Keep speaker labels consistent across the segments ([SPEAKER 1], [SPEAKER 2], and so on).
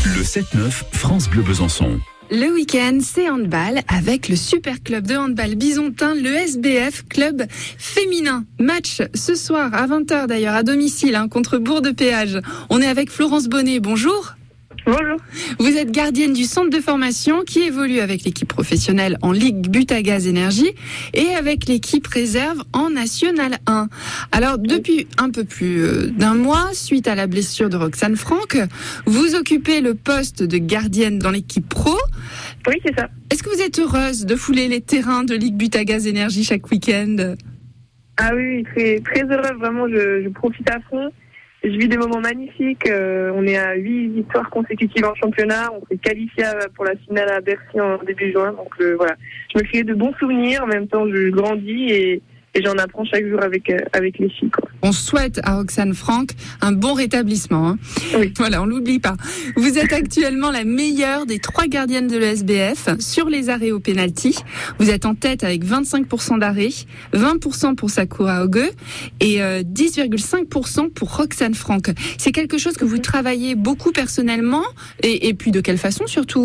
[SPEAKER 1] Le 7-9, France Bleu Besançon.
[SPEAKER 2] Le week-end, c'est handball avec le super club de handball bisontin, le SBF Club féminin. Match ce soir à 20h d'ailleurs à domicile contre Bourg-de-Péage. On est avec Florence Bonnet, bonjour.
[SPEAKER 3] Bonjour.
[SPEAKER 2] Vous êtes gardienne du centre de formation qui évolue avec l'équipe professionnelle en Ligue Butagaz Énergie et avec l'équipe réserve en National 1. Alors, depuis un peu plus d'un mois, suite à la blessure de Roxane Franck, vous occupez le poste de gardienne dans l'équipe pro.
[SPEAKER 3] Oui, c'est ça.
[SPEAKER 2] Est-ce que vous êtes heureuse de fouler les terrains de Ligue Butagaz Énergie chaque week-end ?
[SPEAKER 3] Ah oui, très, très heureuse. Vraiment, je profite à fond. Je vis des moments magnifiques. On est à 8 victoires consécutives en championnat. On s'est qualifié pour la finale à Bercy en début juin. Donc voilà, je me crée de bons souvenirs. En même temps, je grandis et j'en apprends chaque jour avec les filles, quoi.
[SPEAKER 2] On souhaite à Roxane Franck un bon rétablissement.
[SPEAKER 3] Oui.
[SPEAKER 2] Voilà, on l'oublie pas. Vous êtes actuellement la meilleure des 3 gardiennes de l'ESBF sur les arrêts au pénalty. Vous êtes en tête avec 25% d'arrêts, 20% pour Sakura Ogue et 10,5% pour Roxane Franck. C'est quelque chose que vous travaillez beaucoup personnellement et puis de quelle façon surtout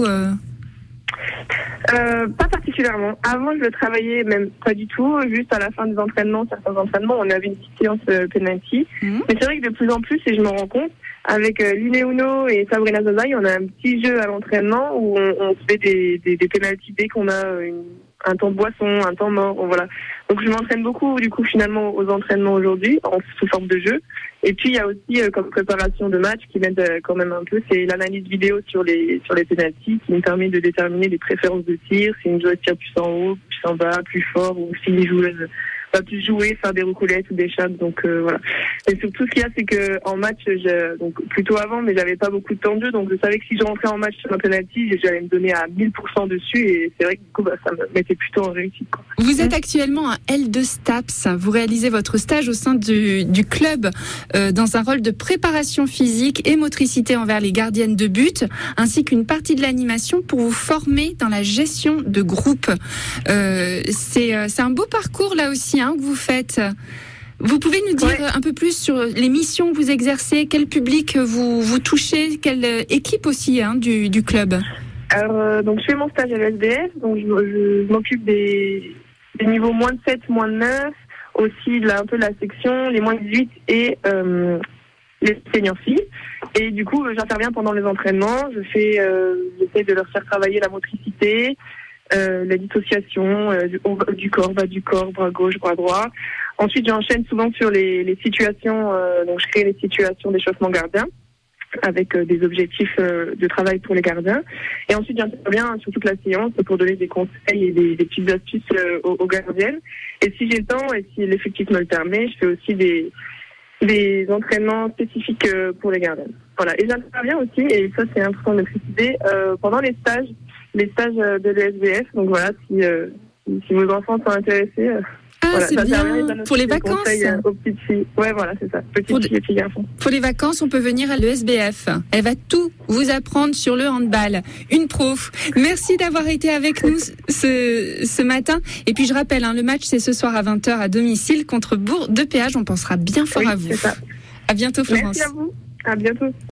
[SPEAKER 3] Pas particulièrement. Avant, je le travaillais même pas du tout. Juste à la fin des entraînements, certains entraînements, on avait une petite séance penalty. Mais c'est vrai que de plus en plus, et je me rends compte, avec Lineuno et Sabrina Zazaï, on a un petit jeu à l'entraînement où on se fait des penalty dès qu'on a un temps de boisson, un temps mort, voilà. Donc je m'entraîne beaucoup du coup finalement aux entraînements aujourd'hui en sous forme de jeu. Et puis il y a aussi comme préparation de match qui m'aide quand même un peu, c'est l'analyse vidéo sur les pénaltys qui me permet de déterminer les préférences de tir, si une joueuse tire plus en haut, plus en bas, plus fort, ou si une joueuse va plus jouer, faire des recoulettes ou des chapes. Donc voilà. Et surtout ce qu'il y a, c'est que en match, donc plutôt avant, mais j'avais pas beaucoup de temps de jeu, donc je savais que si je rentrais en match sur un penalty, j'allais me donner à 1000% dessus, et c'est vrai que du coup ça me mettait plutôt en réussite, quoi.
[SPEAKER 2] Vous êtes actuellement à L2 STAPS. Vous réalisez votre stage au sein du club dans un rôle de préparation physique et motricité envers les gardiennes de but, ainsi qu'une partie de l'animation pour vous former dans la gestion de groupe. C'est un beau parcours là aussi que vous faites. Vous pouvez nous dire un peu plus sur les missions que vous exercez, quel public vous touchez, quelle équipe aussi du club?
[SPEAKER 3] Alors, donc je fais mon stage à l'SBF, donc je m'occupe des niveaux moins de 7, moins de 9, aussi un peu la section, les moins de 18 et les seniors filles. Et du coup, j'interviens pendant les entraînements, j'essaie de leur faire travailler la motricité, la dissociation du corps, bas du corps, bras gauche, bras droit. Ensuite, j'enchaîne souvent sur les situations, donc je crée les situations d'échauffement gardien avec des objectifs de travail pour les gardiens. Et ensuite, j'interviens sur toute la séance pour donner des conseils et des petites astuces aux gardiennes. Et si j'ai le temps et si l'effectif me le permet, je fais aussi des entraînements spécifiques pour les gardiennes. Voilà. Et j'interviens aussi, et ça c'est important de préciser, pendant les stages de l'ESBF. Donc voilà, si vos enfants sont intéressés, voilà,
[SPEAKER 2] c'est bien pour les vacances.
[SPEAKER 3] Aux petites filles. Ouais, voilà, c'est ça. Petites filles et petits garçons.
[SPEAKER 2] Pour les vacances, on peut venir à l'ESBF. Elle va tout vous apprendre sur le handball. Une prof. Merci d'avoir été avec nous ce matin. Et puis je rappelle, le match c'est ce soir à 20h à domicile contre Bourg-de-Péage. On pensera bien fort à vous.
[SPEAKER 3] C'est ça.
[SPEAKER 2] À bientôt, Florence.
[SPEAKER 3] Merci à vous. À bientôt.